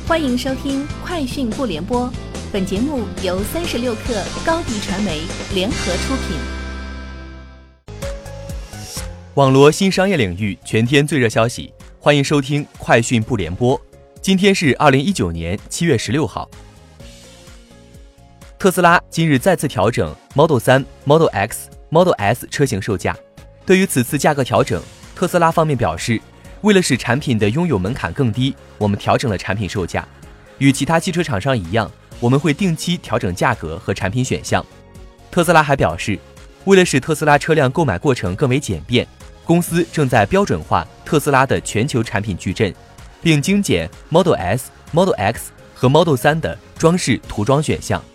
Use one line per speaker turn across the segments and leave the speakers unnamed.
欢迎收听快讯不联播，本节目由36克高迪传媒联合出品。
网罗新商业领域全天最热消息，欢迎收听快讯不联播。今天是2019年7月16号。特斯拉今日再次调整 Model 3、Model X、Model S 车型售价。对于此次价格调整，特斯拉方面表示，为了使产品的拥有门槛更低，我们调整了产品售价。与其他汽车厂商一样，我们会定期调整价格和产品选项。特斯拉还表示，为了使特斯拉车辆购买过程更为简便，公司正在标准化特斯拉的全球产品矩阵，并精简 Model S、Model X 和 Model 3的装饰涂装选项。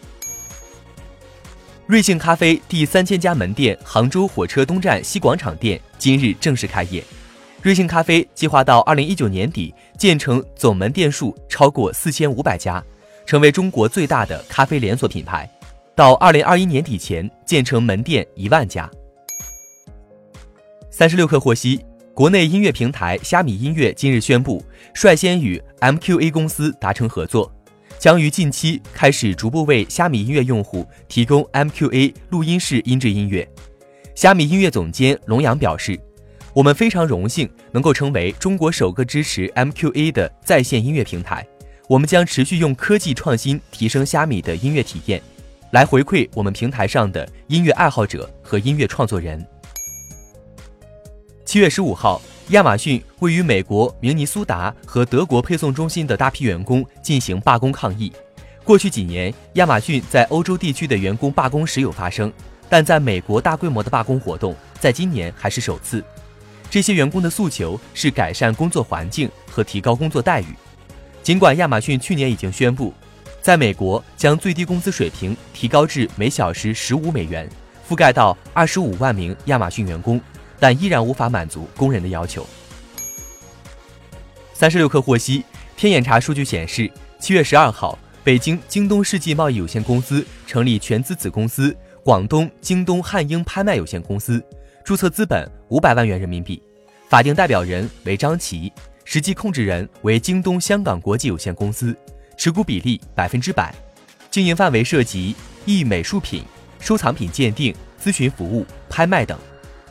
瑞幸咖啡第3000家门店杭州火车东站西广场店今日正式开业。瑞幸咖啡计划到2019年底建成总门店数超过4500家，成为中国最大的咖啡连锁品牌。到2021年底前建成门店1万家。36氪获悉，国内音乐平台虾米音乐今日宣布，率先与 MQA 公司达成合作，将于近期开始逐步为虾米音乐用户提供 MQA 录音室音质音乐。虾米音乐总监龙阳表示，我们非常荣幸能够成为中国首个支持 MQA 的在线音乐平台，我们将持续用科技创新提升虾米的音乐体验，来回馈我们平台上的音乐爱好者和音乐创作人。7月15号，亚马逊位于美国明尼苏达和德国配送中心的大批员工进行罢工抗议。过去几年，亚马逊在欧洲地区的员工罢工时有发生，但在美国大规模的罢工活动在今年还是首次。这些员工的诉求是改善工作环境和提高工作待遇。尽管亚马逊去年已经宣布，在美国将最低工资水平提高至每小时15美元，覆盖到25万名亚马逊员工，但依然无法满足工人的要求。36氪获悉，天眼查数据显示，7月12号，北京京东世纪贸易有限公司成立全资子公司广东京东汉英拍卖有限公司，注册资本500万元人民币，法定代表人为张琦，实际控制人为京东香港国际有限公司，持股比例100%，经营范围涉及艺美术品、收藏品鉴定、咨询服务、拍卖等。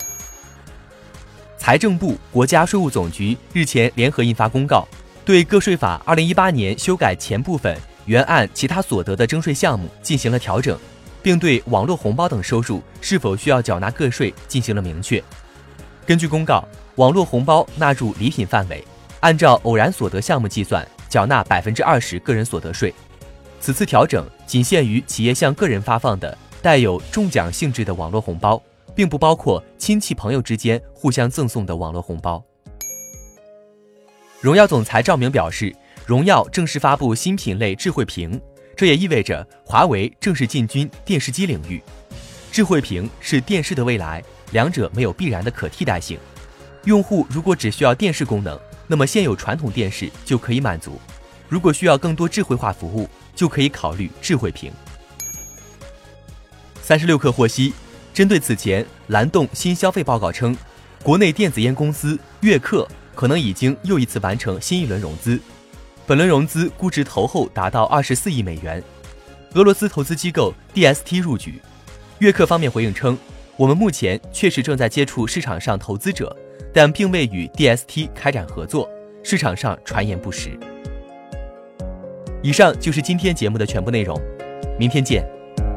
财政部、国家税务总局日前联合印发公告，对个税法2018年修改前部分原按其他所得的征税项目进行了调整，并对网络红包等收入是否需要缴纳个税进行了明确。根据公告，网络红包纳入礼品范围，按照偶然所得项目计算，缴纳20%个人所得税。此次调整仅限于企业向个人发放的带有中奖性质的网络红包，并不包括亲戚朋友之间互相赠送的网络红包。荣耀总裁赵明表示，荣耀正式发布新品类智慧屏，这也意味着华为正式进军电视机领域。智慧屏是电视的未来，两者没有必然的可替代性。用户如果只需要电视功能，那么现有传统电视就可以满足；如果需要更多智慧化服务，就可以考虑智慧屏。36氪获悉，针对此前蓝洞新消费报告称，国内电子烟公司悦刻可能已经又一次完成新一轮融资，本轮融资估值投后达到24亿美元，俄罗斯投资机构 DST 入局。悦刻方面回应称，我们目前确实正在接触市场上投资者，但并未与 DST 开展合作，市场上传言不实。以上就是今天节目的全部内容，明天见。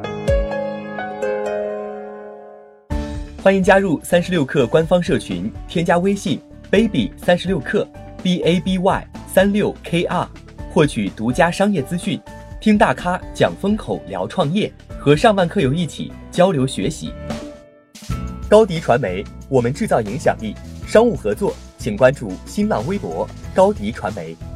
欢迎加入36氪官方社群，添加微信 baby36氪 BABY36KR， 获取独家商业资讯，听大咖讲风口，聊创业，和上万客友一起交流学习。高迪传媒，我们制造影响力。商务合作请关注新浪微博高迪传媒。